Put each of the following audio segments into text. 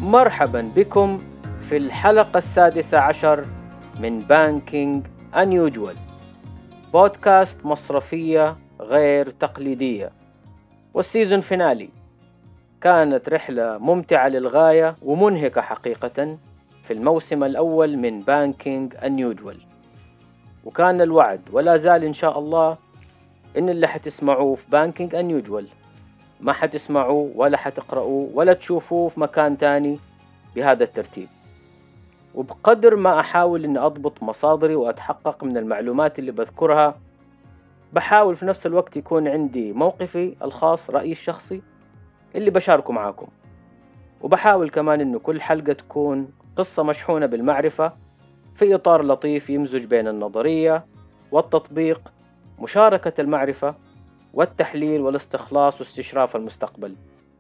مرحبا بكم في الحلقة 16 من بانكينج Unusual، بودكاست مصرفية غير تقليدية، والسيزون فينالي. كانت رحلة ممتعة للغاية ومنهكة حقيقة في الموسم الأول من بانكينج Unusual، وكان الوعد ولا زال إن شاء الله إن اللي حتسمعوه في بانكينج Unusual ما حتسمعوه ولا حتقرأوه ولا تشوفوه في مكان تاني بهذا الترتيب. وبقدر ما أحاول إني أضبط مصادري وأتحقق من المعلومات اللي بذكرها، بحاول في نفس الوقت يكون عندي موقفي الخاص، رأيي الشخصي اللي بشاركه معاكم. وبحاول كمان إنه كل حلقة تكون قصة مشحونة بالمعرفة في إطار لطيف يمزج بين النظرية والتطبيق، مشاركة المعرفة والتحليل والاستخلاص واستشراف المستقبل.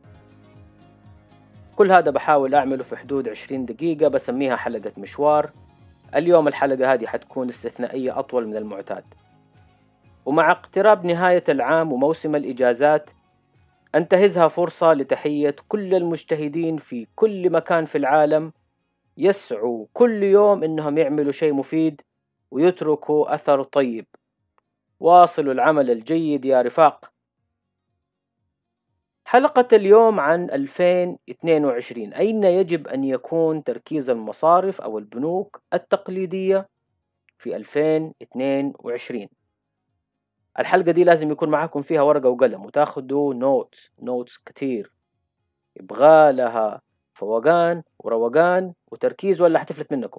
كل هذا بحاول أعمله في حدود 20 دقيقة بسميها حلقة مشوار. اليوم الحلقة هذه حتكون استثنائية أطول من المعتاد، ومع اقتراب نهاية العام وموسم الإجازات أنتهزها فرصة لتحية كل المجتهدين في كل مكان في العالم يسعوا كل يوم إنهم يعملوا شيء مفيد ويتركوا أثر طيب. واصلوا العمل الجيد يا رفاق. حلقة اليوم عن 2022، أين يجب أن يكون تركيز المصارف أو البنوك التقليدية في 2022. الحلقة دي لازم يكون معاكم فيها ورقة وقلم وتاخدوا نوتس كتير، يبغى لها فوقان وروقان وتركيز ولا حتفلت منكم.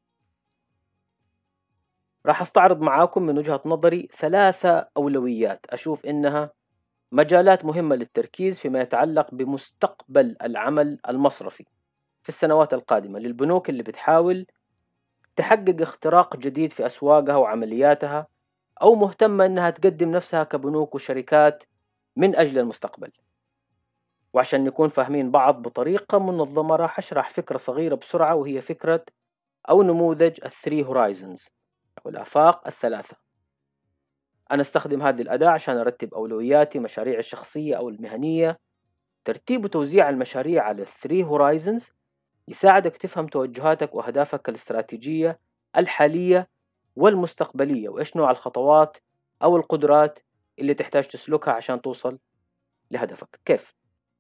راح استعرض معاكم من وجهة نظري 3 أولويات أشوف إنها مجالات مهمة للتركيز فيما يتعلق بمستقبل العمل المصرفي في السنوات القادمة للبنوك اللي بتحاول تحقق اختراق جديد في أسواقها وعملياتها، أو مهتمة أنها تقدم نفسها كبنوك وشركات من أجل المستقبل. وعشان نكون فاهمين بعض بطريقة منظمة راح أشرح فكرة صغيرة بسرعة، وهي فكرة أو نموذج الثري هورايزنز أو الآفاق الثلاثة. أنا استخدم هذه الأداة عشان أرتب أولوياتي، مشاريعي الشخصية أو المهنية. ترتيب وتوزيع المشاريع على الثري هورايزنز يساعدك تفهم توجهاتك وأهدافك الاستراتيجية الحالية والمستقبلية، وإيش نوع الخطوات أو القدرات اللي تحتاج تسلكها عشان توصل لهدفك. كيف؟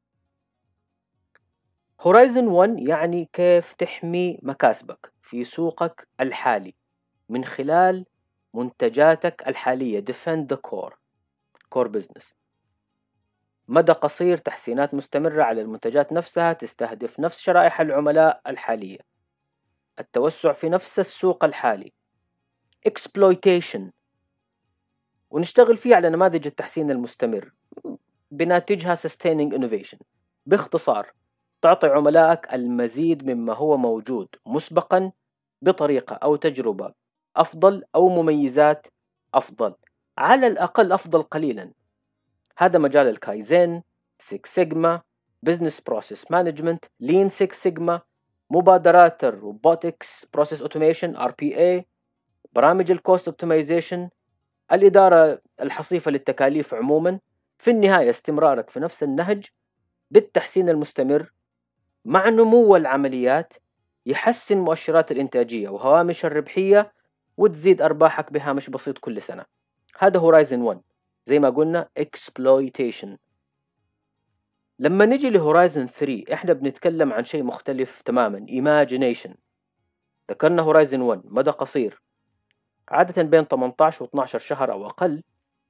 هورايزن 1 يعني كيف تحمي مكاسبك في سوقك الحالي من خلال منتجاتك الحالية. Defend the core business. مدى قصير، تحسينات مستمرة على المنتجات نفسها تستهدف نفس شرائح العملاء الحالية، التوسع في نفس السوق الحالي. Exploitation، ونشتغل فيه على نماذج التحسين المستمر بناتجها Sustaining Innovation. باختصار، تعطي عملائك المزيد مما هو موجود مسبقا بطريقة أو تجربة أفضل أو مميزات أفضل، على الأقل أفضل قليلا. هذا مجال الكايزين، 6 سيجما، Business Process Management، Lean 6 سيجما، مبادرات الروبوتكس Process Automation RPA، برامج الكوست اوبتمايزيشن، الإدارة الحصيفة للتكاليف عموما. في النهاية استمرارك في نفس النهج بالتحسين المستمر مع نمو العمليات يحسن مؤشرات الإنتاجية وهوامش الربحية وتزيد أرباحك بهامش بسيط كل سنة. هذا هورايزن 1. زي ما قلنا exploitation. لما نجي لهورايزن 3 احنا بنتكلم عن شيء مختلف تماما، imagination. ذكرنا هورايزن 1 مدى قصير، عادة بين 18 و 12 شهر أو أقل.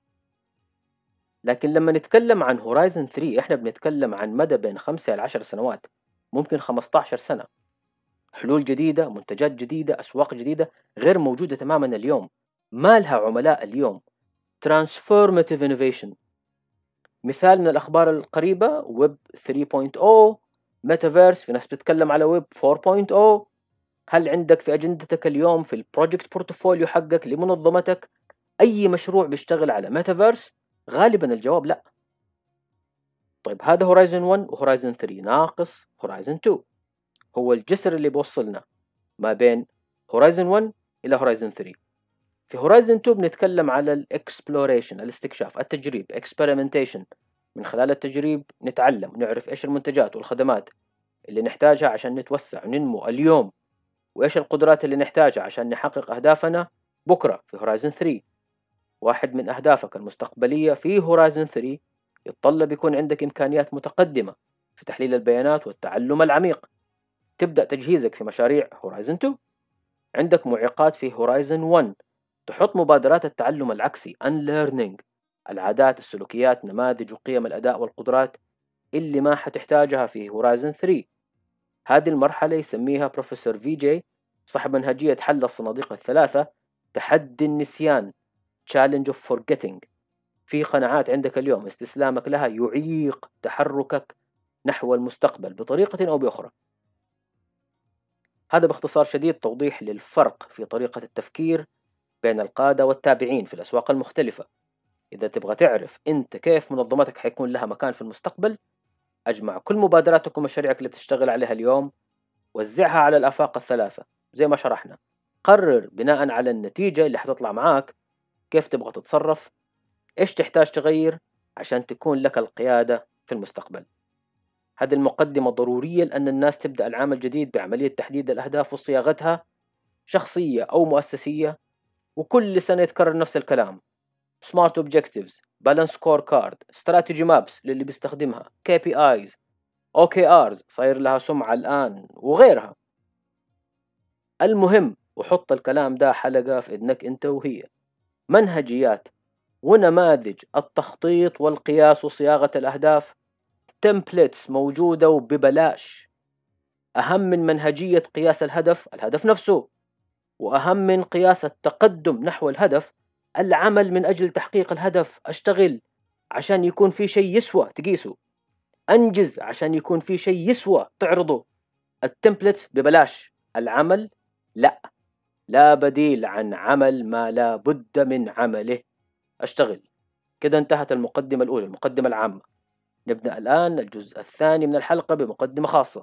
لكن لما نتكلم عن هورايزن 3 احنا بنتكلم عن مدى بين 5 إلى 10 سنوات، ممكن 15 سنة. حلول جديدة، منتجات جديدة، أسواق جديدة غير موجودة تماما اليوم، ما لها عملاء اليوم. Transformative Innovation. مثال من الأخبار القريبة ويب 3.0، ميتافيرس، في ناس بتتكلم على ويب 4.0. هل عندك في أجندتك اليوم في البروجكت بورتفوليو حقك لمنظمتك أي مشروع بيشتغل على ميتافيرس؟ غالبا الجواب لا. طيب هذا هورايزن 1 وهورايزن 3 ناقص هورايزن 2، هو الجسر اللي بوصلنا ما بين هورايزن 1 إلى هورايزن 3. في هورايزن 2 بنتكلم على الاكسبلوريشن، الاستكشاف، التجريب، experimentation. من خلال التجريب نتعلم ونعرف إيش المنتجات والخدمات اللي نحتاجها عشان نتوسع وننمو اليوم، وإيش القدرات اللي نحتاجها عشان نحقق أهدافنا بكرة في هورايزن 3. واحد من أهدافك المستقبلية في هورايزن 3 يتطلب يكون عندك إمكانيات متقدمة في تحليل البيانات والتعلم العميق. تبدأ تجهيزك في مشاريع هورايزن 2. عندك معيقات في هورايزن 1، تحط مبادرات التعلم العكسي unlearning، العادات، السلوكيات، نماذج وقيم الأداء والقدرات اللي ما حتحتاجها في هورايزن 3. هذه المرحلة يسميها بروفيسور في جي صاحب منهجية حل الصناديق الثلاثة تحدي النسيان challenge of forgetting. في قناعات عندك اليوم استسلامك لها يعيق تحركك نحو المستقبل بطريقة أو بأخرى. هذا باختصار شديد توضيح للفرق في طريقة التفكير بين القادة والتابعين في الأسواق المختلفة. إذا تبغى تعرف أنت كيف منظمتك حيكون لها مكان في المستقبل، أجمع كل مبادراتك ومشاريعك اللي بتشتغل عليها اليوم، وزعها على الآفاق الثلاثة زي ما شرحنا. قرر بناء على النتيجة اللي حتطلع معاك كيف تبغى تتصرف، إيش تحتاج تغير عشان تكون لك القيادة في المستقبل. هذه المقدمة ضرورية لأن الناس تبدأ العام الجديد بعملية تحديد الأهداف وصياغتها شخصية أو مؤسسية، وكل سنة يتكرر نفس الكلام: Smart Objectives، Balance Scorecard، Strategy Maps للي بيستخدمها، KPIs، OKRs صاير لها سمعة الآن، وغيرها. المهم وحط الكلام ده حلقة في إذنك أنت وهي: منهجيات ونماذج التخطيط والقياس وصياغة الأهداف، تمبلتس موجودة وببلاش. أهم من منهجية قياس الهدف نفسه، وأهم من قياس التقدم نحو الهدف العمل من أجل تحقيق الهدف. أشتغل عشان يكون في شيء يسوى تقيسه، أنجز عشان يكون في شيء يسوى تعرضه. التمبلت ببلاش، العمل لا بديل عن عمل ما لا بد من عمله. أشتغل. كده انتهت المقدمة الأولى، المقدمة العامة. نبدأ الآن الجزء الثاني من الحلقة بمقدمة خاصة.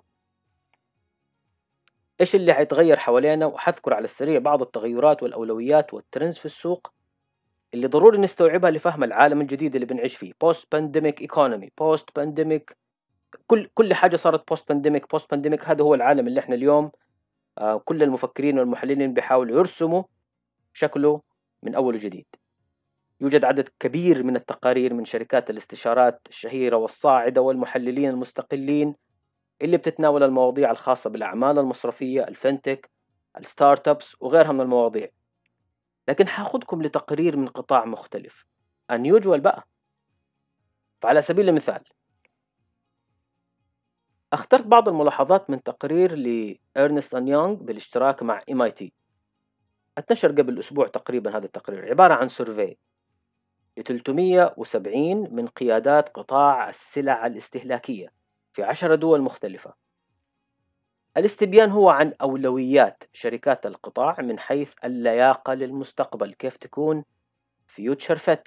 إيش اللي حيتغير حوالينا؟ وحذكر على السريع بعض التغيرات والأولويات والترندز في السوق اللي ضروري نستوعبها لفهم العالم الجديد اللي بنعيش فيه. post pandemic economy، post pandemic، كل حاجة صارت post pandemic. post pandemic هذا هو العالم اللي احنا اليوم كل المفكرين والمحللين بيحاولوا يرسموا شكله من أول وجديد. يوجد عدد كبير من التقارير من شركات الاستشارات الشهيرة والصاعدة والمحللين المستقلين اللي بتتناول المواضيع الخاصة بالأعمال المصرفية، الفنتك، الستارت ابس وغيرها من المواضيع. لكن حاخدكم لتقرير من قطاع مختلف unusual بقى. فعلى سبيل المثال اخترت بعض الملاحظات من تقرير لإرنست أند يونغ بالاشتراك مع MIT. اتنشر قبل أسبوع تقريبا. هذا التقرير عبارة عن سيرفي ل 370 من قيادات قطاع السلع الاستهلاكية في 10 دول مختلفة. الاستبيان هو عن أولويات شركات القطاع من حيث اللياقة للمستقبل، كيف تكون فيوتشر فيت.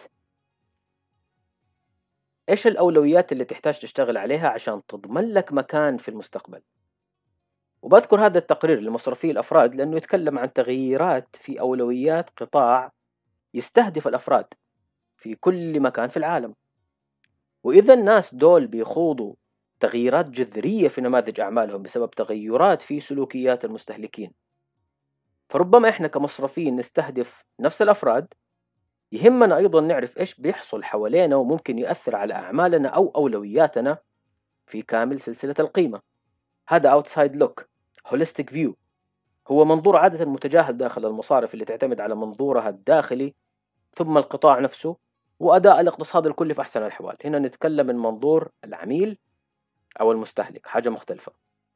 إيش الأولويات اللي تحتاج تشتغل عليها عشان تضمن لك مكان في المستقبل. وبذكر هذا التقرير لمصرفي الأفراد لأنه يتكلم عن تغييرات في أولويات قطاع يستهدف الأفراد في كل مكان في العالم. وإذا الناس دول بيخوضوا تغييرات جذرية في نماذج أعمالهم بسبب تغيرات في سلوكيات المستهلكين، فربما إحنا كمصرفين نستهدف نفس الأفراد. يهمنا أيضا نعرف إيش بيحصل حوالينا وممكن يؤثر على أعمالنا أو أولوياتنا في كامل سلسلة القيمة. هذا outside look، holistic view، هو منظور عادة متجاهل داخل المصارف اللي تعتمد على منظورها الداخلي ثم القطاع نفسه وأداء الاقتصاد الكلي في أحسن الأحوال. هنا نتكلم من منظور العميل أو المستهلك، حاجة مختلفة.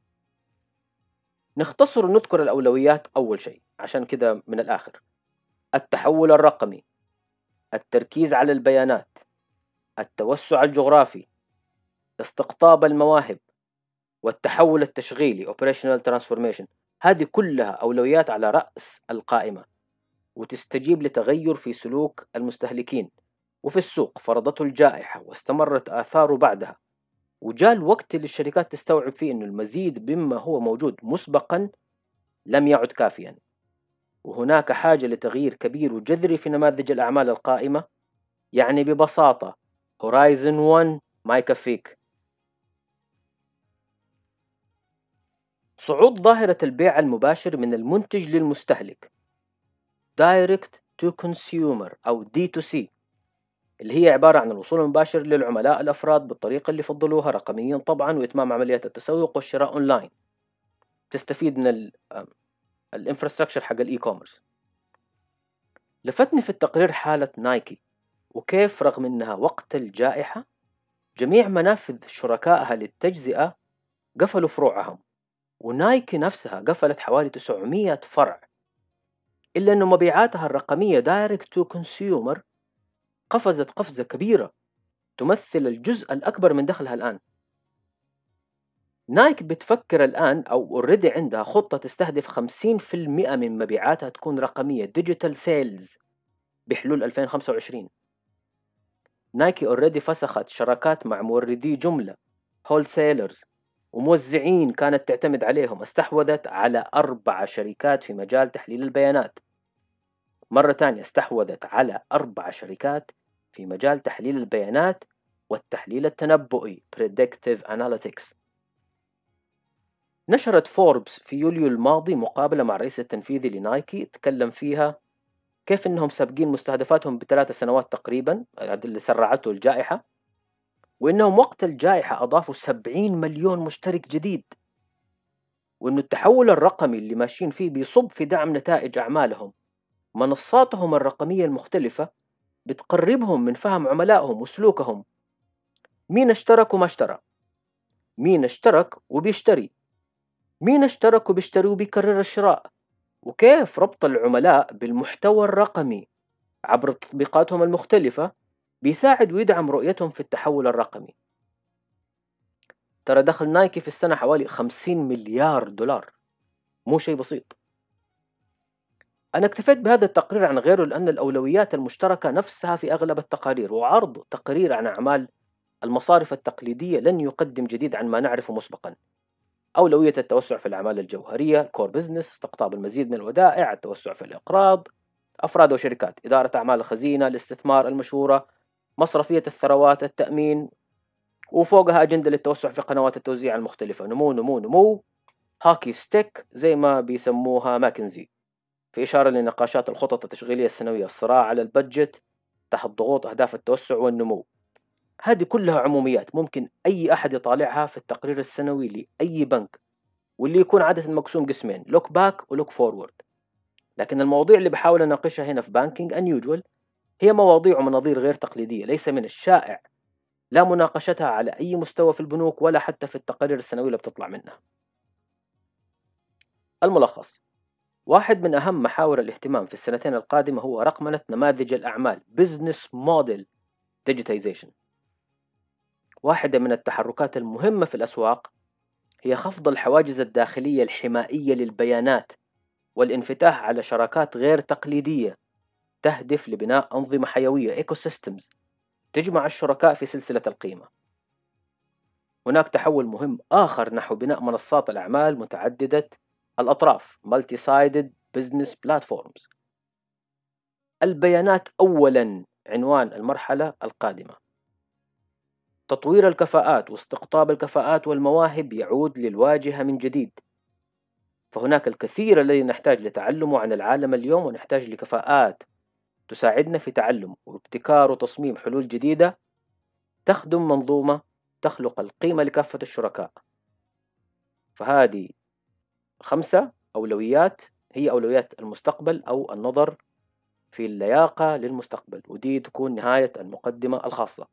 نختصر ونذكر الأولويات أول شيء عشان كده من الآخر: التحول الرقمي، التركيز على البيانات، التوسع الجغرافي، استقطاب المواهب، والتحول التشغيلي operational transformation. هذه كلها أولويات على رأس القائمة وتستجيب لتغير في سلوك المستهلكين وفي السوق فرضته الجائحة واستمرت آثاره بعدها، وجاء الوقت للشركات تستوعب فيه أن المزيد مما هو موجود مسبقا لم يعد كافيا، وهناك حاجة لتغيير كبير وجذري في نماذج الأعمال القائمة. يعني ببساطة هورايزن 1 ما يكفيك. صعود ظاهرة البيع المباشر من المنتج للمستهلك Direct to Consumer أو D2C، اللي هي عبارة عن الوصول المباشر للعملاء الأفراد بالطريقة اللي يفضلوها رقميا طبعا، وإتمام عمليات التسوق والشراء أونلاين. تستفيد من الانفراستراكشر حق الإي كوميرس. لفتني في التقرير حالة نايكي، وكيف رغم أنها وقت الجائحة جميع منافذ شركائها للتجزئة قفلوا فروعهم، ونايكي نفسها قفلت حوالي 900 فرع، إلا أنه مبيعاتها الرقمية Direct to Consumer قفزت قفزة كبيرة تمثل الجزء الأكبر من دخلها الآن. نايك بتفكر الآن أو اوريدي عندها خطة تستهدف 50% من مبيعاتها تكون رقمية ديجيتال سيلز بحلول 2025. نايكي اوريدي فسخت شراكات مع موردي جملة هول سيلرز وموزعين كانت تعتمد عليهم، استحوذت على 4 شركات في مجال تحليل البيانات. مرة تانية استحوذت على 4 شركات في مجال تحليل البيانات والتحليل التنبؤي Predictive Analytics. نشرت فوربس في يوليو الماضي مقابلة مع الرئيس التنفيذي لنايكي تكلم فيها كيف انهم سابقين مستهدفاتهم ب3 سنوات تقريبا اللي سرعته الجائحة، وانهم وقت الجائحة اضافوا 70 مليون مشترك جديد، وانه التحول الرقمي اللي ماشيين فيه بيصب في دعم نتائج اعمالهم. منصاتهم الرقمية المختلفة بتقربهم من فهم عملائهم وسلوكهم، مين اشترك وما اشترى، مين اشترك وبيشتري، مين اشترك وبيشتري وبيكرر الشراء، وكيف ربط العملاء بالمحتوى الرقمي عبر تطبيقاتهم المختلفة بيساعد ويدعم رؤيتهم في التحول الرقمي. ترى دخل نايكي في السنة حوالي 50 مليار دولار، مو شيء بسيط. أنا اكتفيت بهذا التقرير عن غيره لأن الأولويات المشتركة نفسها في أغلب التقارير، وعرض تقرير عن أعمال المصارف التقليدية لن يقدم جديد عن ما نعرفه مسبقا. أولوية التوسع في الأعمال الجوهرية الكور بزنس، استقطاب المزيد من الودائع، التوسع في الإقراض، أفراد وشركات، إدارة أعمال الخزينة، الاستثمار، المشورة، مصرفية الثروات، التأمين، وفوقها أجندة للتوسع في قنوات التوزيع المختلفة. نمو نمو نمو، هاكي ستيك زي ما بيسموها ماكنزي، في إشارة لنقاشات الخطط التشغيلية السنوية، الصراع على البادجت تحت ضغوط أهداف التوسع والنمو. هذه كلها عموميات ممكن أي أحد يطالعها في التقرير السنوي لأي بنك، واللي يكون عادة مقسوم قسمين، لوك باك ولوك فورورد. لكن المواضيع اللي بحاول أناقشها هنا في بانكينج أنيوجوال هي مواضيع ومناظير غير تقليدية، ليس من الشائع لا مناقشتها على أي مستوى في البنوك ولا حتى في التقارير السنوية اللي بتطلع منها. الملخص: واحد من أهم محاور الاهتمام في السنتين القادمة هو رقمنة نماذج الأعمال Business Model Digitization. واحدة من التحركات المهمة في الأسواق هي خفض الحواجز الداخلية الحمائية للبيانات والانفتاح على شراكات غير تقليدية تهدف لبناء أنظمة حيوية Ecosystems تجمع الشركاء في سلسلة القيمة. هناك تحول مهم آخر نحو بناء منصات الأعمال متعددة الأطراف Multi-Sided Business Platforms. البيانات أولاً عنوان المرحلة القادمة. تطوير الكفاءات واستقطاب الكفاءات والمواهب يعود للواجهة من جديد، فهناك الكثير الذي نحتاج لتعلمه عن العالم اليوم، ونحتاج لكفاءات تساعدنا في تعلم وابتكار وتصميم حلول جديدة تخدم منظومة تخلق القيمة لكافة الشركاء. فهذه 5 أولويات هي أولويات المستقبل أو النظر في اللياقة للمستقبل، ودي تكون نهاية المقدمة الخاصة.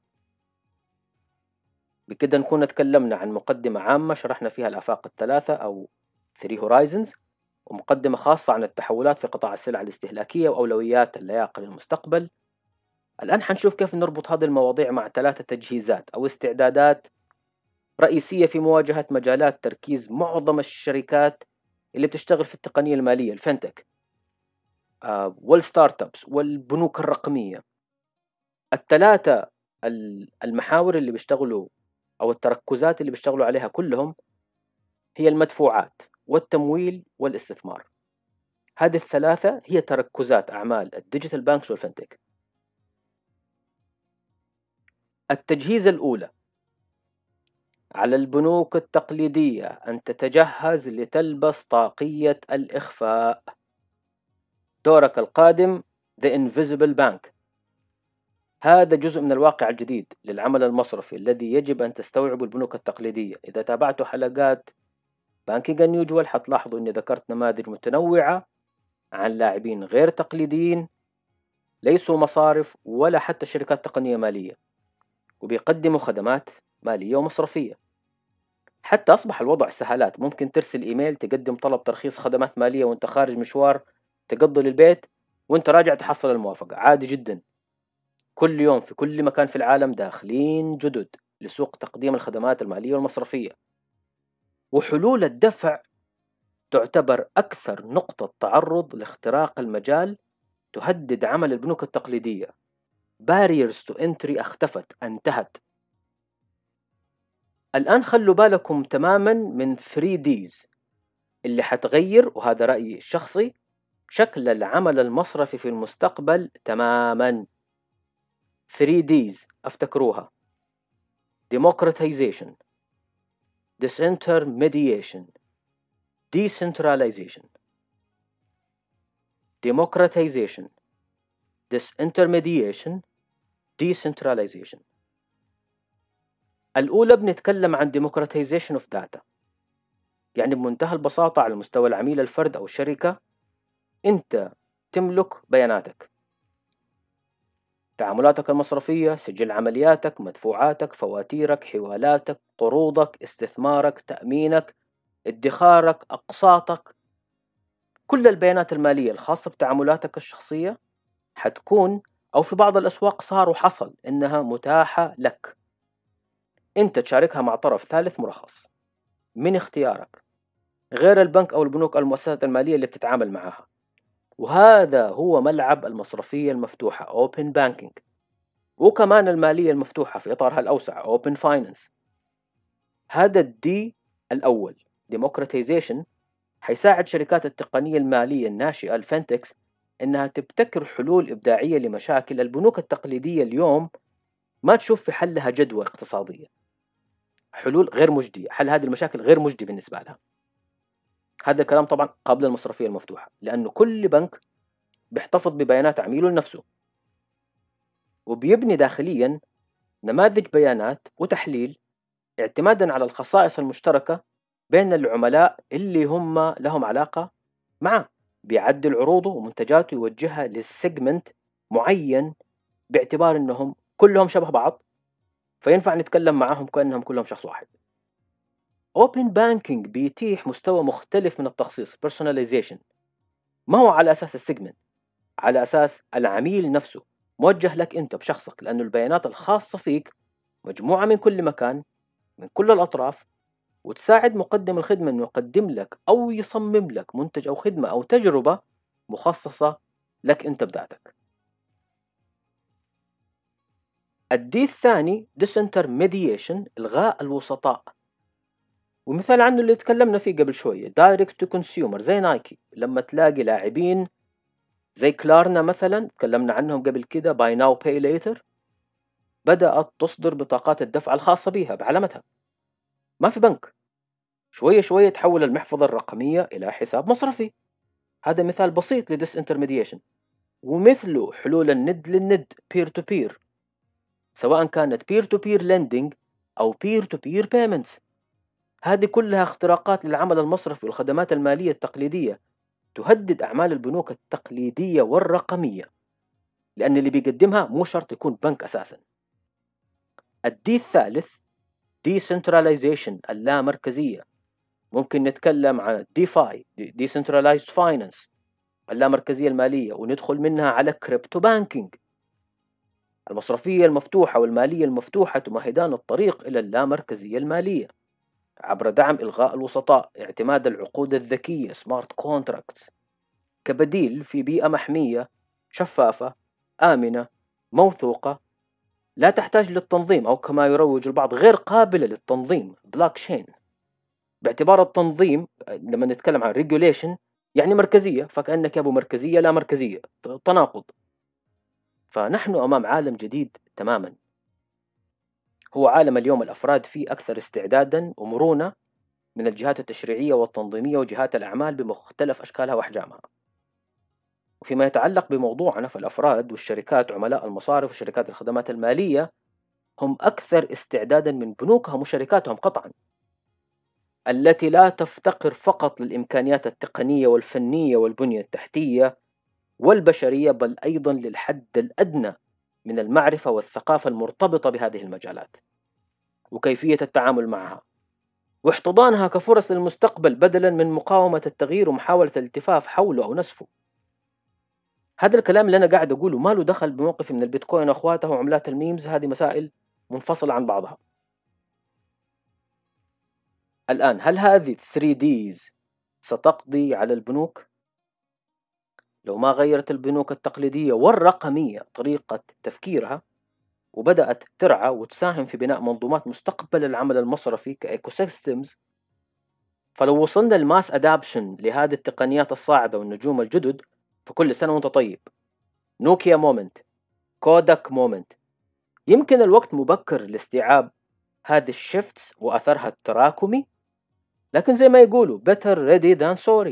بكده نكون تكلمنا عن مقدمة عامة شرحنا فيها الآفاق ال3 أو 3 Horizons، ومقدمة خاصة عن التحولات في قطاع السلع الاستهلاكية وأولويات اللياقة للمستقبل. الآن حنشوف كيف نربط هذه المواضيع مع 3 تجهيزات أو استعدادات رئيسية في مواجهة مجالات تركيز معظم الشركات اللي بتشتغل في التقنية المالية الفنتك والستارت ابس والبنوك الرقمية. ال3 المحاور اللي بيشتغلوا أو التركزات اللي بيشتغلوا عليها كلهم هي المدفوعات والتمويل والاستثمار. هذه ال3 هي تركزات أعمال الديجيتال بانكس والفنتك. التجهيز الأولى على البنوك التقليدية أن تتجهز لتلبس طاقية الإخفاء. دورك القادم The Invisible Bank. هذا جزء من الواقع الجديد للعمل المصرفي الذي يجب أن تستوعب البنوك التقليدية. إذا تابعتوا حلقات بانكينج أنيوجوال حتلاحظوا أني ذكرت نماذج متنوعة عن لاعبين غير تقليديين ليسوا مصارف ولا حتى شركات تقنية مالية، وبيقدموا خدمات مالية ومصرفية. حتى أصبح الوضع سهلات، ممكن ترسل إيميل تقدم طلب ترخيص خدمات مالية وانت خارج مشوار تقضي للبيت، وانت راجع تحصل الموافقة عادي جدا. كل يوم في كل مكان في العالم داخلين جدد لسوق تقديم الخدمات المالية والمصرفية، وحلول الدفع تعتبر أكثر نقطة تعرض لاختراق المجال تهدد عمل البنوك التقليدية. barriers to entry اختفت، انتهت. الآن خلوا بالكم تماما من 3Ds اللي حتغير، وهذا رأيي الشخصي، شكل العمل المصرفي في المستقبل تماما. 3Ds افتكروها: democratization, disintermediation, decentralization. democratization, disintermediation, decentralization. الأولى بنتكلم عن democratization of data، يعني بمنتهى البساطة على مستوى العميل الفرد أو الشركة أنت تملك بياناتك، تعاملاتك المصرفية، سجل عملياتك، مدفوعاتك، فواتيرك، حوالاتك، قروضك، استثمارك، تأمينك، ادخارك، أقساطك. كل البيانات المالية الخاصة بتعاملاتك الشخصية حتكون، أو في بعض الأسواق صار وحصل إنها متاحة لك. أنت تشاركها مع طرف ثالث مرخص من اختيارك، غير البنك أو البنوك أو المؤسسات المالية اللي بتتعامل معها. وهذا هو ملعب المصرفية المفتوحة Open Banking، وكمان المالية المفتوحة في إطارها الأوسع Open Finance. هذا الدي الأول Democratization حيساعد شركات التقنية المالية الناشئة الفنتكس إنها تبتكر حلول إبداعية لمشاكل البنوك التقليدية اليوم ما تشوف في حلها جدوى اقتصادية. حلول غير مجدية، حل هذه المشاكل غير مجدي بالنسبة لها. هذا الكلام طبعا قبل المصرفية المفتوحة، لأنه كل بنك بيحتفظ ببيانات عميله لنفسه، وبيبني داخليا نماذج بيانات وتحليل اعتمادا على الخصائص المشتركة بين العملاء اللي هم لهم علاقة معه. بيعدل عروضه ومنتجاته يوجهها للسيجمنت معين باعتبار انهم كلهم شبه بعض، فينفع نتكلم معهم كأنهم كلهم شخص واحد. Open Banking بيتيح مستوى مختلف من التخصيص Personalization، ما هو على أساس السيجمنت، على أساس العميل نفسه، موجه لك أنت بشخصك، لأنه البيانات الخاصة فيك مجموعة من كل مكان من كل الأطراف، وتساعد مقدم الخدمة أنه يقدم لك أو يصمم لك منتج أو خدمة أو تجربة مخصصة لك أنت بذاتك. الدي الثاني Disintermediation، إلغاء الوسطاء، ومثال عنه اللي تكلمنا فيه قبل شوية Direct to Consumer زي نايكي. لما تلاقي لاعبين زي كلارنا مثلا تكلمنا عنهم قبل كده Buy Now Pay Later، بدأت تصدر بطاقات الدفع الخاصة بها بعلامتها، ما في بنك، شوية شوية تحول المحفظة الرقمية إلى حساب مصرفي. هذا مثال بسيط لديسانترميديشن. ومثله حلول الند للند peer to peer، سواء كانت peer to peer lending أو peer to peer payments. هذه كلها اختراقات للعمل المصرفي والخدمات المالية التقليدية تهدد أعمال البنوك التقليدية والرقمية، لأن اللي بيقدمها مو شرط يكون بنك أساسا. الدي الثالث Decentralization، اللامركزية. ممكن نتكلم عن DeFi Decentralized Finance، اللامركزية المالية، وندخل منها على كريبتو بانكينج. المصرفية المفتوحة والمالية المفتوحة تمهدان الطريق إلى اللامركزية المالية عبر دعم إلغاء الوسطاء، اعتماد العقود الذكية سمارت كونتراكتس كبديل في بيئة محمية شفافة آمنة موثوقة لا تحتاج للتنظيم، أو كما يروج البعض غير قابلة للتنظيم بلوك تشين. باعتبار التنظيم لما نتكلم عن ريجوليشن يعني مركزية، فكأنك يا أبو مركزية لا مركزية، تناقض. فنحن أمام عالم جديد تماما. هو عالم اليوم الأفراد فيه أكثر استعدادا ومرونة من الجهات التشريعية والتنظيمية وجهات الأعمال بمختلف أشكالها وأحجامها. وفيما يتعلق بموضوعنا، فالأفراد والشركات عملاء المصارف وشركات الخدمات المالية هم أكثر استعدادا من بنوكهم وشركاتهم قطعا، التي لا تفتقر فقط للإمكانيات التقنية والفنية والبنية التحتية والبشرية، بل أيضا للحد الأدنى من المعرفة والثقافة المرتبطة بهذه المجالات وكيفية التعامل معها واحتضانها كفرص للمستقبل بدلا من مقاومة التغيير ومحاولة الالتفاف حوله أو نسفه. هذا الكلام اللي أنا قاعد أقوله ما له دخل بموقفي من البيتكوين وأخواتها وعملات الميمز، هذه مسائل منفصلة عن بعضها. الآن، هل هذه 3Ds ستقضي على البنوك؟ لو ما غيرت البنوك التقليدية والرقمية طريقة تفكيرها وبدأت ترعى وتساهم في بناء منظومات مستقبل العمل المصرفي كإيكو سيستمز، فلو وصلنا الماس أدابشن لهذه التقنيات الصاعدة والنجوم الجدد، فكل سنة وانت طيب. نوكيا مومنت، كوداك مومنت. يمكن الوقت مبكر لاستيعاب هذه الشيفتس وأثرها التراكمي، لكن زي ما يقولوا better ready than sorry.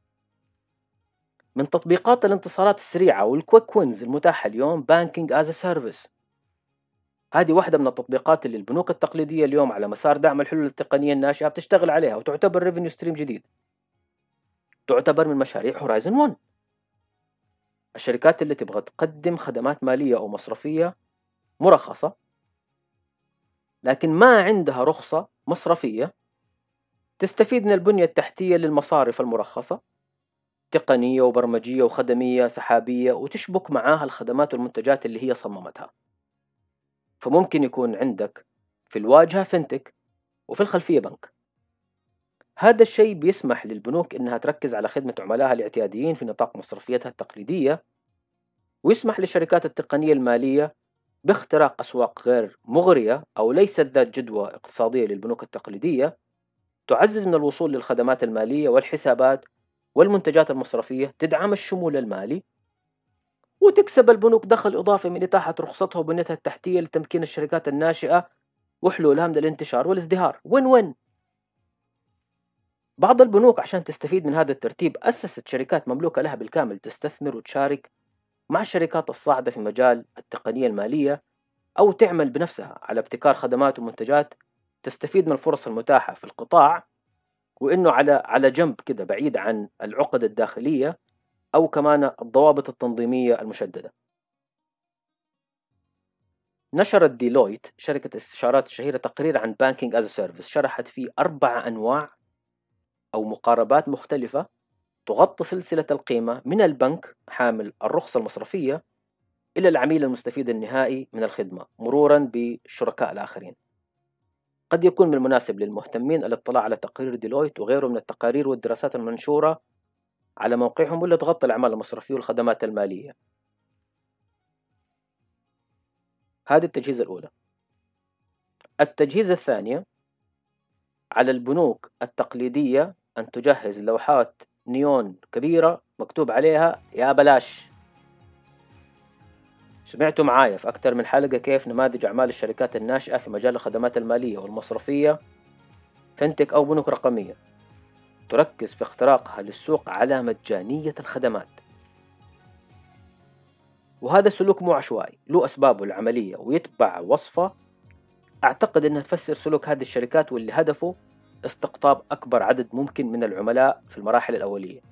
من تطبيقات الانتصارات السريعة والكويك وينز المتاحة اليوم بانكينج as a service. هذه واحدة من التطبيقات اللي البنوك التقليدية اليوم على مسار دعم الحلول التقنية الناشئة بتشتغل عليها وتعتبر ريفينيو ستريم جديد، تعتبر من مشاريع هورايزن 1. الشركات اللي تبغى تقدم خدمات مالية أو مصرفية مرخصة لكن ما عندها رخصة مصرفية تستفيد من البنية التحتية للمصارف المرخصة، تقنية وبرمجية وخدمية سحابية، وتشبك معاها الخدمات والمنتجات اللي هي صممتها. فممكن يكون عندك في الواجهة فينتك وفي الخلفية بنك. هذا الشيء بيسمح للبنوك إنها تركز على خدمة عملائها الاعتياديين في نطاق مصرفيتها التقليدية، ويسمح للشركات التقنية المالية باختراق أسواق غير مغرية أو ليست ذات جدوى اقتصادية للبنوك التقليدية، تعزز من الوصول للخدمات المالية والحسابات والمنتجات المصرفية، تدعم الشمول المالي، وتكسب البنوك دخل إضافي من إتاحة رخصتها وبنيتها التحتية لتمكين الشركات الناشئة وحلولها من الانتشار والازدهار. وين وين. بعض البنوك عشان تستفيد من هذا الترتيب أسست شركات مملوكة لها بالكامل تستثمر وتشارك مع الشركات الصاعدة في مجال التقنية المالية، أو تعمل بنفسها على ابتكار خدمات ومنتجات تستفيد من الفرص المتاحة في القطاع، وإنه على جنب كده بعيد عن العقد الداخلية أو كمان الضوابط التنظيمية المشددة. نشرت ديلويت شركة الاستشارات الشهيرة تقرير عن بانكينج از سيرفيس شرحت فيه 4 أنواع أو مقاربات مختلفة تغطي سلسلة القيمة من البنك حامل الرخصة المصرفية إلى العميل المستفيد النهائي من الخدمة مرورا بالشركاء الآخرين. قد يكون من المناسب للمهتمين الاطلاع على تقرير ديلويت وغيره من التقارير والدراسات المنشورة على موقعهم واللي تغطي الأعمال المصرفية والخدمات المالية. هذه التجهيزة الأولى. التجهيزة الثانية، على البنوك التقليدية أن تجهز لوحات نيون كبيرة مكتوب عليها يا بلاش. سمعتوا معايا في أكثر من حلقة كيف نماذج أعمال الشركات الناشئة في مجال الخدمات المالية والمصرفية فنتك أو بنوك رقمية تركز في اختراقها للسوق على مجانية الخدمات، وهذا السلوك مو عشوائي، له أسبابه العملية ويتبع وصفة أعتقد أنها تفسر سلوك هذه الشركات واللي هدفه استقطاب أكبر عدد ممكن من العملاء في المراحل الأولية.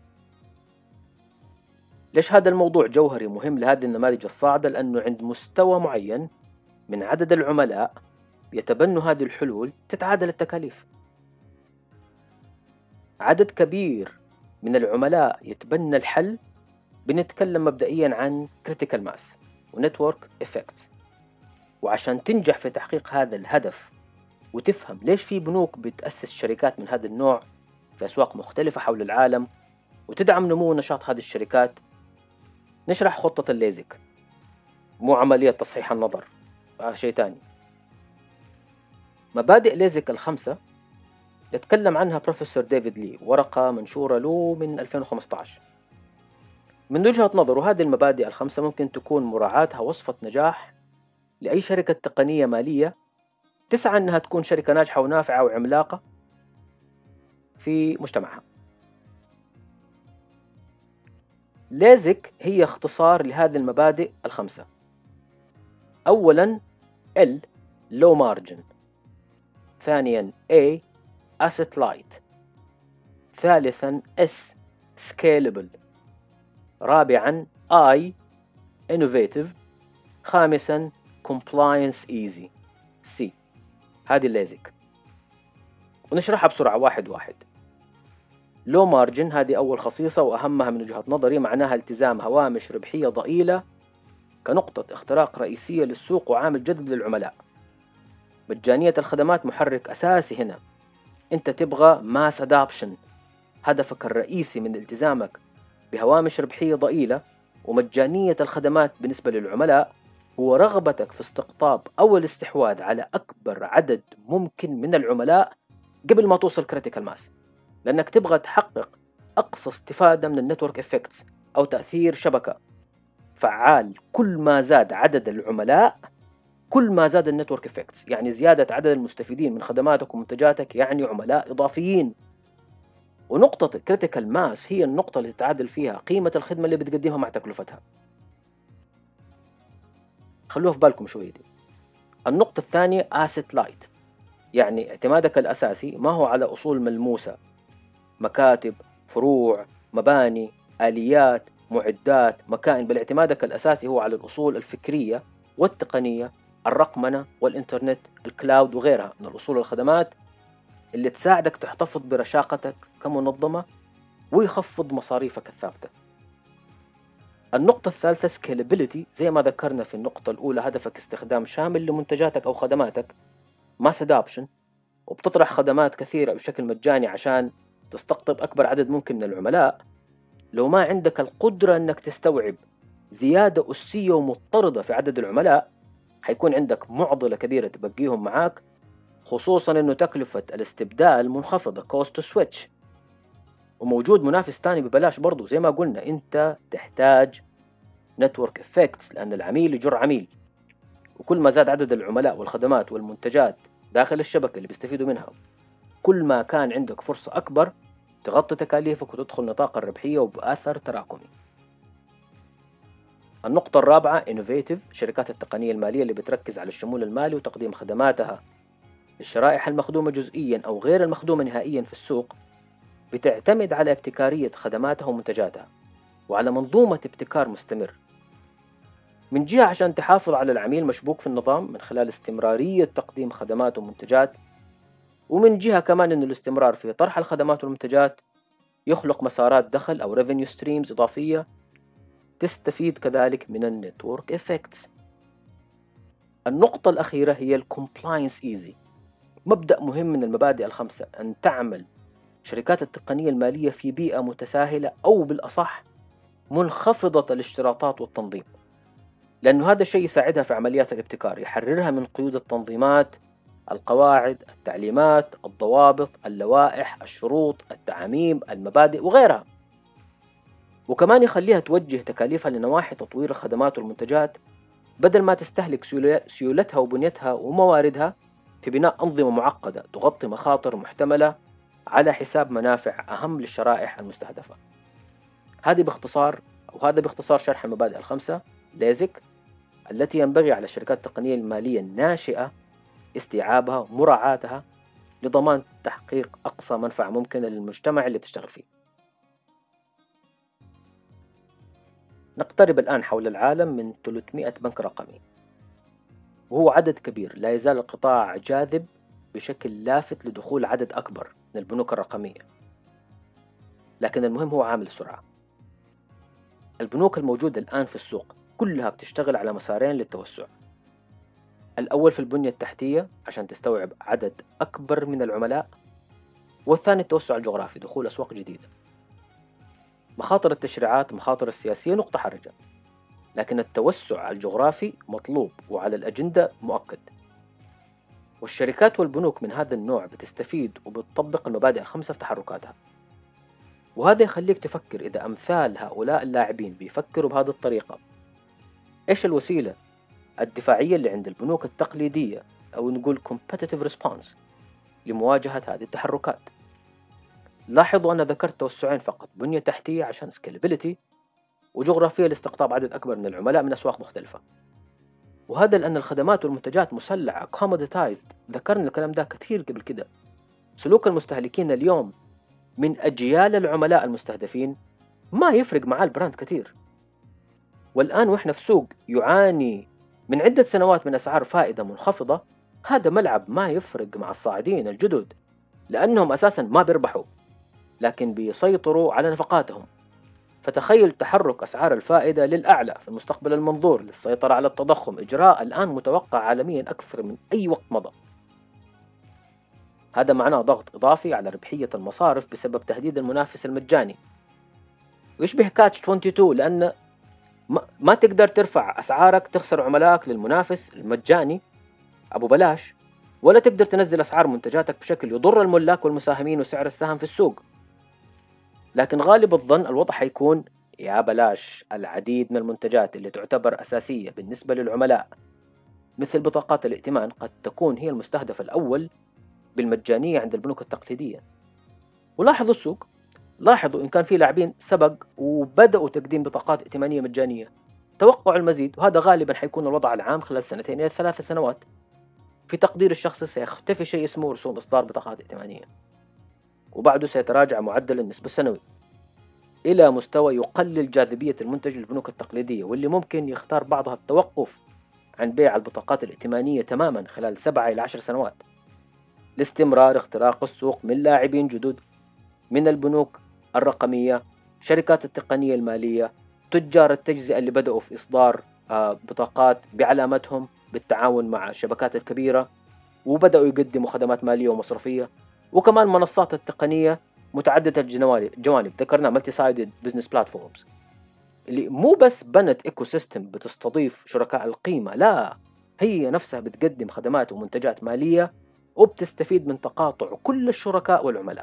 ليش هذا الموضوع جوهري مهم لهذه النماذج الصاعدة؟ لأنه عند مستوى معين من عدد العملاء يتبنوا هذه الحلول تتعادل التكاليف. عدد كبير من العملاء يتبنى الحل، بنتكلم مبدئيا عن critical mass ونتورك effects. وعشان تنجح في تحقيق هذا الهدف وتفهم ليش في بنوك بتأسس شركات من هذا النوع في أسواق مختلفة حول العالم وتدعم نمو ونشاط هذه الشركات، نشرح خطة الليزك، مو عملية تصحيح النظر، شيء تاني. مبادئ ليزك ال5 يتكلم عنها بروفيسور ديفيد لي، ورقة منشورة له من 2015. من وجهة نظره هذه المبادئ ال5 ممكن تكون مراعاتها وصفة نجاح لأي شركة تقنية مالية تسعى أنها تكون شركة ناجحة ونافعة وعملاقة في مجتمعها. ليزك هي اختصار لهذه المبادئ الخمسة. أولا L low margin، ثانيا A asset light، ثالثا S scalable، رابعا I innovative، خامسا compliance easy C. هذه الليزك، ونشرحها بسرعة واحد واحد. لو مارجن هذه أول خصيصة وأهمها من وجهة نظري، معناها التزام هوامش ربحية ضئيلة كنقطة اختراق رئيسية للسوق وعامل جذب للعملاء. مجانية الخدمات محرك أساسي هنا، أنت تبغى ماس أدابشن، هدفك الرئيسي من التزامك بهوامش ربحية ضئيلة ومجانية الخدمات بالنسبة للعملاء هو رغبتك في استقطاب أو الاستحواذ على أكبر عدد ممكن من العملاء قبل ما توصل كريتيكال ماس، لأنك تبغى تحقق أقصى استفادة من النتورك إفكتس أو تأثير شبكة فعال. كل ما زاد عدد العملاء كل ما زاد النتورك إفكتس، يعني زيادة عدد المستفيدين من خدماتك ومنتجاتك يعني عملاء إضافيين. ونقطة كريتيكال ماس هي النقطة اللي تتعادل فيها قيمة الخدمة اللي بتقدمها مع تكلفتها. خلوها في بالكم شوية دي. النقطة الثانية asset light، يعني اعتمادك الأساسي ما هو على أصول ملموسة، مكاتب، فروع، مباني، آليات، معدات، مكائن، بل اعتمادك الأساسي هو على الأصول الفكرية والتقنية، الرقمنة والإنترنت، الكلاود وغيرها من الأصول والخدمات اللي تساعدك تحتفظ برشاقتك كمنظمة ويخفض مصاريفك الثابتة. النقطة الثالثة scalability، زي ما ذكرنا في النقطة الأولى، هدفك استخدام شامل لمنتجاتك أو خدماتك mass adoption، وبتطرح خدمات كثيرة بشكل مجاني عشان تستقطب أكبر عدد ممكن من العملاء. لو ما عندك القدرة أنك تستوعب زيادة أسية ومضطردة في عدد العملاء حيكون عندك معضلة كبيرة تبقيهم معاك، خصوصا أنه تكلفة الاستبدال منخفضة cost to switch، وموجود منافس تاني ببلاش برضو. زي ما قلنا أنت تحتاج network effects لأن العميل يجر عميل، وكل ما زاد عدد العملاء والخدمات والمنتجات داخل الشبكة اللي بيستفيدوا منها كل ما كان عندك فرصة أكبر تغطي تكاليفك وتدخل نطاق الربحية وبأثر تراكمي. النقطة الرابعة innovative، شركات التقنية المالية اللي بتركز على الشمول المالي وتقديم خدماتها للشرائح المخدومة جزئيا أو غير المخدومة نهائيا في السوق، بتعتمد على ابتكارية خدماتها ومنتجاتها وعلى منظومة ابتكار مستمر، من جهة عشان تحافظ على العميل مشبوك في النظام من خلال استمرارية تقديم خدمات ومنتجات، ومن جهة كمان أن الاستمرار في طرح الخدمات والمنتجات يخلق مسارات دخل أو revenue streams إضافية تستفيد كذلك من النتورك إفكتس. النقطة الأخيرة هي الكومبلاينس إيزي، مبدأ مهم من المبادئ الخمسة، أن تعمل شركات التقنية المالية في بيئة متساهلة أو بالأصح منخفضة الاشتراطات والتنظيم، لأنه هذا الشيء يساعدها في عمليات الابتكار، يحررها من قيود التنظيمات، القواعد، التعليمات، الضوابط، اللوائح، الشروط، التعاميم، المبادئ وغيرها، وكمان يخليها توجه تكاليفها لنواحي تطوير الخدمات والمنتجات بدل ما تستهلك سيولتها وبنيتها ومواردها في بناء أنظمة معقدة تغطي مخاطر محتملة على حساب منافع أهم للشرائح المستهدفة. هذا باختصار شرح المبادئ الخمسة ليزك التي ينبغي على الشركات التقنية المالية الناشئة استيعابها ومراعاتها لضمان تحقيق أقصى منفعة ممكنة للمجتمع اللي بتشتغل فيه. نقترب الآن حول العالم من 300 بنك رقمي، وهو عدد كبير. لا يزال القطاع جاذب بشكل لافت لدخول عدد أكبر من البنوك الرقمية، لكن المهم هو عامل السرعة. البنوك الموجودة الآن في السوق كلها بتشتغل على مسارين للتوسع. الأول في البنية التحتية عشان تستوعب عدد أكبر من العملاء، والثاني التوسع الجغرافي، دخول أسواق جديدة. مخاطر التشريعات، مخاطر السياسية نقطة حرجة، لكن التوسع الجغرافي مطلوب وعلى الأجندة مؤكد. والشركات والبنوك من هذا النوع بتستفيد وبتطبق المبادئ الخمسة في تحركاتها، وهذا يخليك تفكر إذا أمثال هؤلاء اللاعبين بيفكروا بهذه الطريقة، إيش الوسيلة الدفاعية اللي عند البنوك التقليدية أو نقول competitive response لمواجهة هذه التحركات. لاحظوا أنا ذكرت توسعين فقط، بنية تحتية عشان scalability، وجغرافية لاستقطاب عدد أكبر من العملاء من أسواق مختلفة. وهذا لأن الخدمات والمنتجات مسلعة commoditized. ذكرنا الكلام ده كثير قبل كده. سلوك المستهلكين اليوم من أجيال العملاء المستهدفين ما يفرق مع البراند كثير. والآن وإحنا في سوق يعاني من عدة سنوات من أسعار فائدة منخفضة، هذا ملعب ما يفرق مع الصاعدين الجدد، لأنهم أساسا ما بيربحوا لكن بيسيطروا على نفقاتهم. فتخيل تحرك أسعار الفائدة للأعلى في المستقبل المنظور للسيطرة على التضخم، إجراء الآن متوقع عالميا أكثر من أي وقت مضى. هذا معناه ضغط إضافي على ربحية المصارف بسبب تهديد المنافس المجاني، ويشبه كاتش 22، لأن ما تقدر ترفع أسعارك تخسر عملائك للمنافس المجاني أبو بلاش، ولا تقدر تنزل أسعار منتجاتك بشكل يضر الملاك والمساهمين وسعر السهم في السوق. لكن غالب الظن الوضع حيكون يا بلاش العديد من المنتجات اللي تعتبر أساسية بالنسبة للعملاء مثل بطاقات الائتمان قد تكون هي المستهدف الأول بالمجانية عند البنوك التقليدية. ولاحظوا السوق، لاحظوا إن كان في لاعبين سبق وبدأوا تقديم بطاقات ائتمانية مجانية، توقع المزيد، وهذا غالبا حيكون الوضع العام خلال 2 إلى 3 سنوات. في تقدير الشخص سيختفي شيء اسمه رسوم إصدار بطاقات ائتمانية، وبعده سيتراجع معدل النسبة السنوي إلى مستوى يقلل جاذبية المنتج للبنوك التقليدية، واللي ممكن يختار بعضها التوقف عن بيع البطاقات الائتمانية تماما خلال 7 إلى 10 سنوات لاستمرار اختراق السوق من لاعبين جدد من البنوك الرقمية، شركات التقنية المالية، تجار التجزئة اللي بدأوا في إصدار بطاقات بعلامتهم بالتعاون مع الشبكات الكبيرة وبدأوا يقدموا خدمات مالية ومصرفية، وكمان منصات التقنية متعددة الجوانب ذكرنا مالتي سايدد بزنس بلاتفورمز اللي مو بس بنت ايكو سيستم بتستضيف شركاء القيمة، لا هي نفسها بتقدم خدمات ومنتجات مالية وبتستفيد من تقاطع كل الشركاء والعملاء.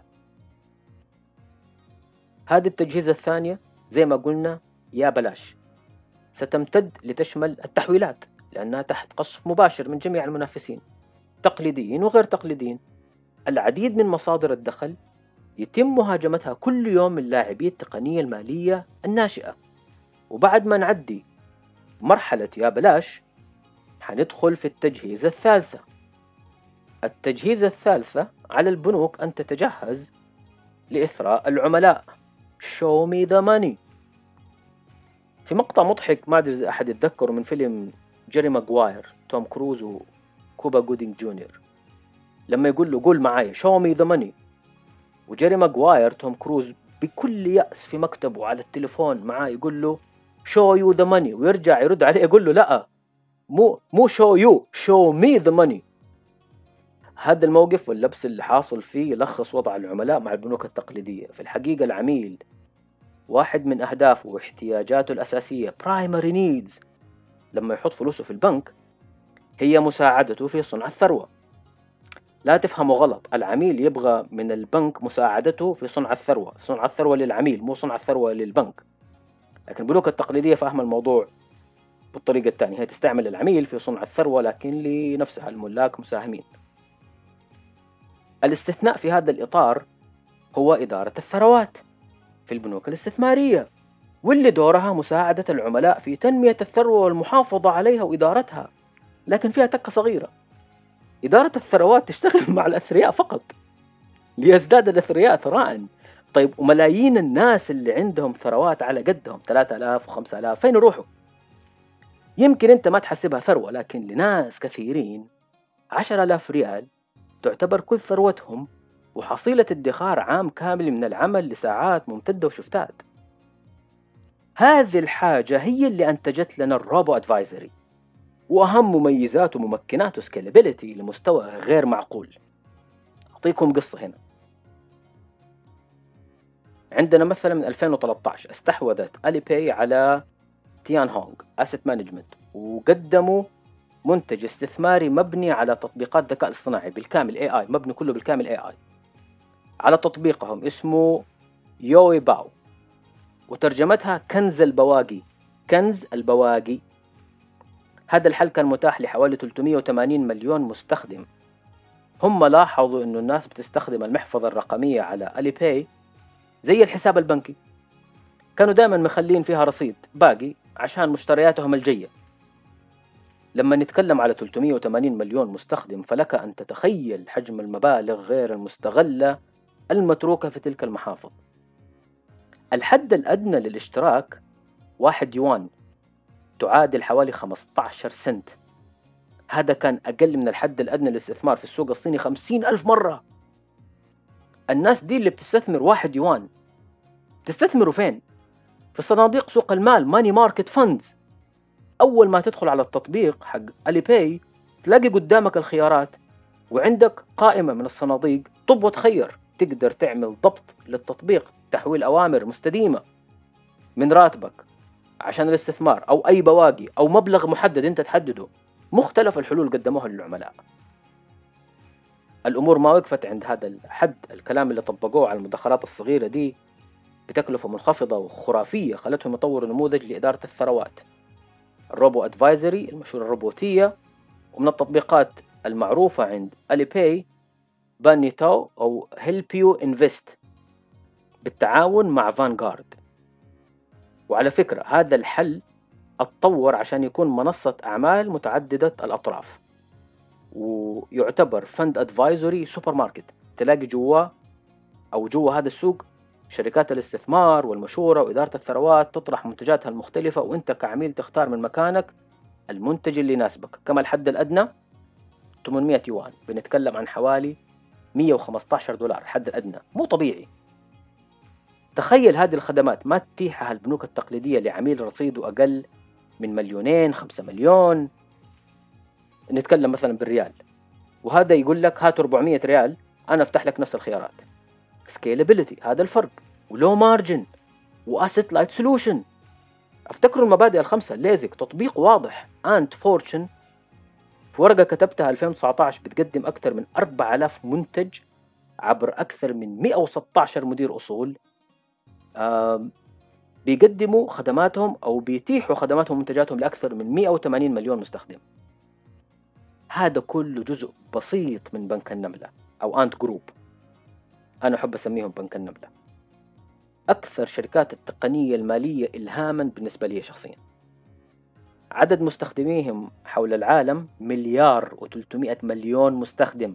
هذه التجهيزة الثانية زي ما قلنا يا بلاش ستمتد لتشمل التحويلات، لأنها تحت قصف مباشر من جميع المنافسين تقليديين وغير تقليديين. العديد من مصادر الدخل يتم مهاجمتها كل يوم من لاعبي التقنية المالية الناشئة. وبعد ما نعدي مرحلة يا بلاش حندخل في التجهيزة الثالثة. التجهيزة الثالثة على البنوك أن تتجهز لإثراء العملاء. show me the money. في مقطع مضحك ما أدري إذا أحد يتذكره من فيلم جيري ماغواير، توم كروز وكوبا جودينج جونيور، لما يقول له قول معايا show me the money، وجيري ماغواير توم كروز بكل يأس في مكتبه على التليفون معاه يقول له show you the money، ويرجع يرد عليه يقول له لا مو show you show me the money. هذا الموقف واللبس اللي حاصل فيه يلخص وضع العملاء مع البنوك التقليدية. في الحقيقة العميل واحد من أهدافه واحتياجاته الأساسية primary needs لما يحط فلوسه في البنك هي مساعدته في صنع الثروة. لا تفهموا غلط، العميل يبغى من البنك مساعدته في صنع الثروة، صنع الثروة للعميل مو صنع الثروة للبنك. لكن البنوك التقليدية فاهمة الموضوع بالطريقة الثانية، هي تستعمل العميل في صنع الثروة لكن لنفسها الملاك مساهمين. الاستثناء في هذا الإطار هو إدارة الثروات في البنوك الاستثمارية، واللي دورها مساعدة العملاء في تنمية الثروة والمحافظة عليها وإدارتها، لكن فيها تكة صغيرة. إدارة الثروات تشتغل مع الأثرياء فقط ليزداد الأثرياء ثراء. طيب وملايين الناس اللي عندهم ثروات على قدهم 3000 و5000 فين يروحوا؟ يمكن أنت ما تحسبها ثروة، لكن لناس كثيرين 10,000 ريال تعتبر كل ثروتهم وحصيلة ادخار عام كامل من العمل لساعات ممتدة وشفتات. هذه الحاجة هي اللي أنتجت لنا الروبو أدفايزري، وأهم مميزاته وممكناته سكيلابيليتي لمستوى غير معقول. أعطيكم قصة هنا. عندنا مثلا من 2013 استحوذت ألي باي على تيان هونغ أسيت مانجمنت، وقدموا منتج استثماري مبني على تطبيقات ذكاء اصطناعي بالكامل AI، مبني كله بالكامل AI على تطبيقهم اسمه يوي باو، وترجمتها كنز البواقي. كنز البواقي. هذا الحل كان متاح لحوالي 380 مليون مستخدم. هم لاحظوا إنه الناس بتستخدم المحفظة الرقمية على ألي باي زي الحساب البنكي، كانوا دائما مخلين فيها رصيد باقي عشان مشترياتهم الجاية. لما نتكلم على 380 مليون مستخدم، فلك أن تتخيل حجم المبالغ غير المستغلة المتروكة في تلك المحافظ. الحد الأدنى للاشتراك 1 يوان، تعادل حوالي 15 سنت. هذا كان أقل من الحد الأدنى للاستثمار في السوق الصيني 50,000 مرة. الناس دي اللي بتستثمر 1 يوان تستثمروا فين؟ في صناديق سوق المال، ماني ماركت فاندز. أول ما تدخل على التطبيق حق ألي باي تلاقي قدامك الخيارات، وعندك قائمة من الصناديق. طب وتخير، تقدر تعمل ضبط للتطبيق، تحويل أوامر مستديمة من راتبك عشان الاستثمار، أو أي بواقي أو مبلغ محدد أنت تحدده. مختلف الحلول قدموها للعملاء. الأمور ما وقفت عند هذا الحد. الكلام اللي طبقوه على المدخرات الصغيرة دي بتكلفة منخفضة وخرافية خلتهم يطوروا نموذج لإدارة الثروات، الروبو أدفايزري المشهور الروبوتية. ومن التطبيقات المعروفة عند ألي باي بانيتاو أو هيلبيو انفست بالتعاون مع فانغارد. وعلى فكرة هذا الحل اتطور عشان يكون منصة أعمال متعددة الأطراف، ويعتبر فند أدفايزوري سوبر ماركت. تلاقي جوا هذا السوق شركات الاستثمار والمشورة وإدارة الثروات تطرح منتجاتها المختلفة، وإنت كعميل تختار من مكانك المنتج اللي يناسبك. كما الحد الأدنى 800 يوان، بنتكلم عن حوالي $115 الحد الأدنى. مو طبيعي. تخيل هذه الخدمات ما تتيحها البنوك التقليدية لعميل رصيده أقل من 2 5 مليون. نتكلم مثلا بالريال، وهذا يقول لك هات 400 ريال أنا أفتح لك نفس الخيارات. scalability، هذا الفرق. ولو مارجن، واسيت لايت سولوشن. افتكروا المبادئ الخمسة. ليزك تطبيق واضح. أنت فورتشن في ورقة كتبتها 2019 بتقدم أكثر من 4000 منتج عبر أكثر من 116 مدير أصول. بيقدموا خدماتهم أو بيتيحوا خدماتهم ومنتجاتهم لأكثر من 180 مليون مستخدم. هذا كله جزء بسيط من بنك النملة أو أنت جروب. أنا أحب أسميهم بنك النملة. أكثر شركات التقنية المالية إلهاما بالنسبة لي شخصيا. عدد مستخدميهم حول العالم 1,300 مليون مستخدم،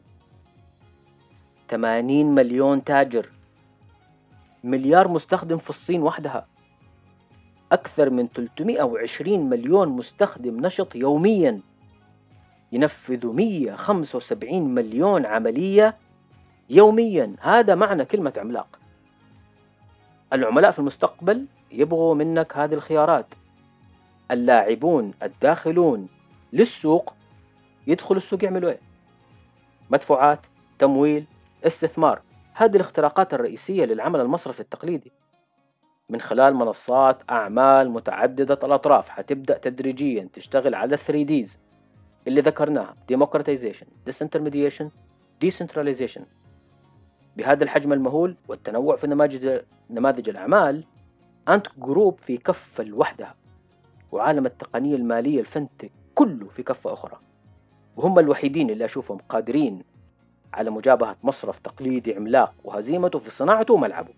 80 مليون تاجر، مليار مستخدم في الصين وحدها، أكثر من 320 مليون مستخدم نشط يوميا، ينفذ 175 مليون عملية يوميا. هذا معنى كلمة عملاق. العملاء في المستقبل يبغوا منك هذه الخيارات. اللاعبون الداخلون للسوق يدخلوا السوق يعملوا ايه؟ مدفوعات، تمويل، استثمار. هذه الاختراقات الرئيسية للعمل المصرفي التقليدي من خلال منصات أعمال متعددة الأطراف. حتبدأ تدريجيا تشتغل على 3Ds اللي ذكرناها: Democratization, Disintermediation, Decentralization. بهذا الحجم المهول والتنوع في نماذج الأعمال، أنت جروب في كفة لوحدها، وعالم التقنية المالية الفنتك كله في كفة أخرى. وهم الوحيدين اللي أشوفهم قادرين على مجابهة مصرف تقليدي عملاق وهزيمته في صناعته وملعبه.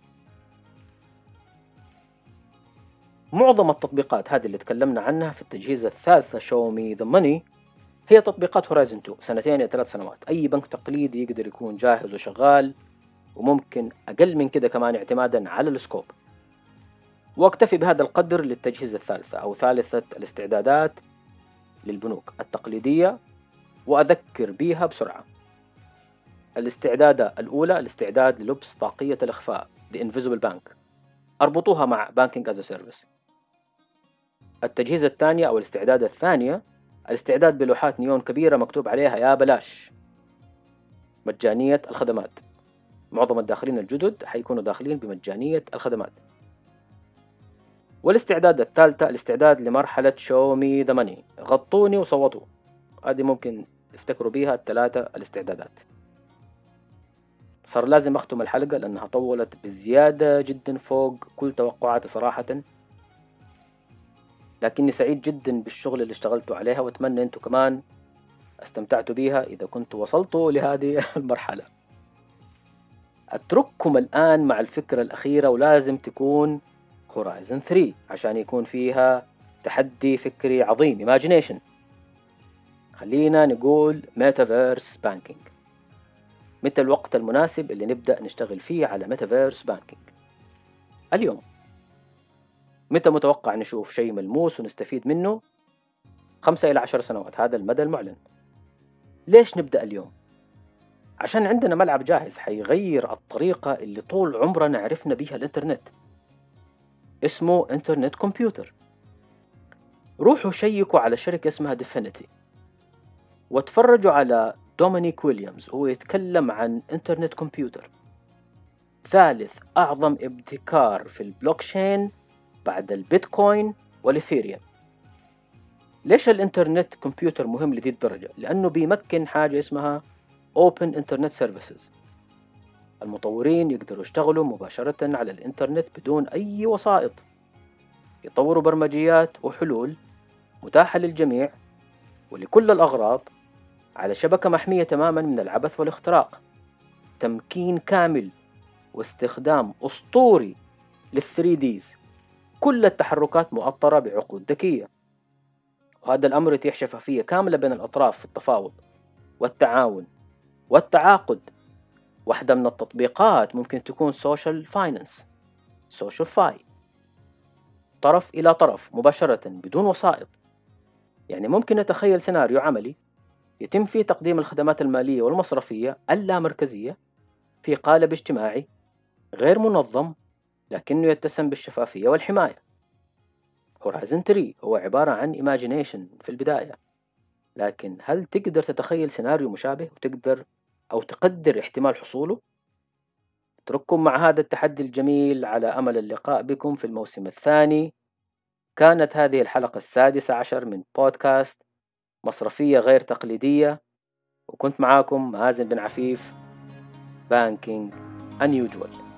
معظم التطبيقات هذه اللي تكلمنا عنها في التجهيز الثالثة شاومي ذا ماني هي تطبيقات هورايزن 2، 2 إلى 3 سنوات. أي بنك تقليدي يقدر يكون جاهز وشغال، وممكن أقل من كده كمان اعتمادا على السكوب. واكتفي بهذا القدر للتجهيز الثالثة أو ثالثة الاستعدادات للبنوك التقليدية، وأذكر بيها بسرعة. الاستعدادة الأولى الاستعداد للبس طاقية الإخفاء The Invisible Bank، أربطوها مع Banking as a Service. التجهيز الثانية أو الاستعداد الثانية الاستعداد بلوحات نيون كبيرة مكتوب عليها يا بلاش، مجانية الخدمات. معظم الداخلين الجدد حيكونوا داخلين بمجانية الخدمات. والاستعداد الثالثة الاستعداد لمرحلة شومي ذا ماني، غطوني وصوتوا. هذه ممكن تفتكروا بيها الثلاثة الاستعدادات. صار لازم أختم الحلقة لأنها طولت بزيادة جدا فوق كل توقعاتي صراحة. لكني سعيد جدا بالشغل اللي اشتغلتوا عليها، وأتمنى أنتوا كمان استمتعتوا بيها إذا كنتوا وصلتوا لهذه المرحلة. أترككم الآن مع الفكرة الأخيرة، ولازم تكون هورايزن 3 عشان يكون فيها تحدي فكري عظيم Imagination. خلينا نقول Metaverse Banking. متى الوقت المناسب اللي نبدأ نشتغل فيه على Metaverse Banking؟ اليوم. متى متوقع نشوف شيء ملموس ونستفيد منه؟ 5 إلى 10 سنوات، هذا المدى المعلن. ليش نبدأ اليوم؟ عشان عندنا ملعب جاهز حيغير الطريقة اللي طول عمرنا عرفنا بيها الإنترنت، اسمه إنترنت كمبيوتر. روحوا شيكوا على شركة اسمها ديفينيتي واتفرجوا على دومينيك ويليامز، هو يتكلم عن إنترنت كمبيوتر، ثالث أعظم ابتكار في البلوكشين بعد البيتكوين والإثيريوم. ليش الإنترنت كمبيوتر مهم لذي الدرجة؟ لأنه بيمكن حاجة اسمها Open Internet Services. المطورين يقدروا يشتغلوا مباشرة على الإنترنت بدون أي وسائط، يطوروا برمجيات وحلول متاحة للجميع ولكل الأغراض على شبكة محمية تماما من العبث والاختراق، تمكين كامل واستخدام أسطوري لل3Ds، كل التحركات مؤطرة بعقود ذكية، وهذا الأمر يتيح شفافية كاملة بين الأطراف في التفاوض والتعاون والتعاقد. واحدة من التطبيقات ممكن تكون سوشيال فاينانس، سوشيال فاي، طرف إلى طرف مباشرة بدون وسائط. يعني ممكن نتخيل سيناريو عملي يتم فيه تقديم الخدمات المالية والمصرفية اللامركزية في قالب اجتماعي غير منظم، لكنه يتسم بالشفافية والحماية. هورايزن 3 هو عبارة عن Imagination في البداية، لكن هل تقدر تتخيل سيناريو مشابه وتقدر أو تقدر احتمال حصوله؟ اترككم مع هذا التحدي الجميل على أمل اللقاء بكم في الموسم الثاني. كانت هذه الحلقة 16 من بودكاست مصرفية غير تقليدية، وكنت معاكم مازن بن عفيف، Banking Unusual.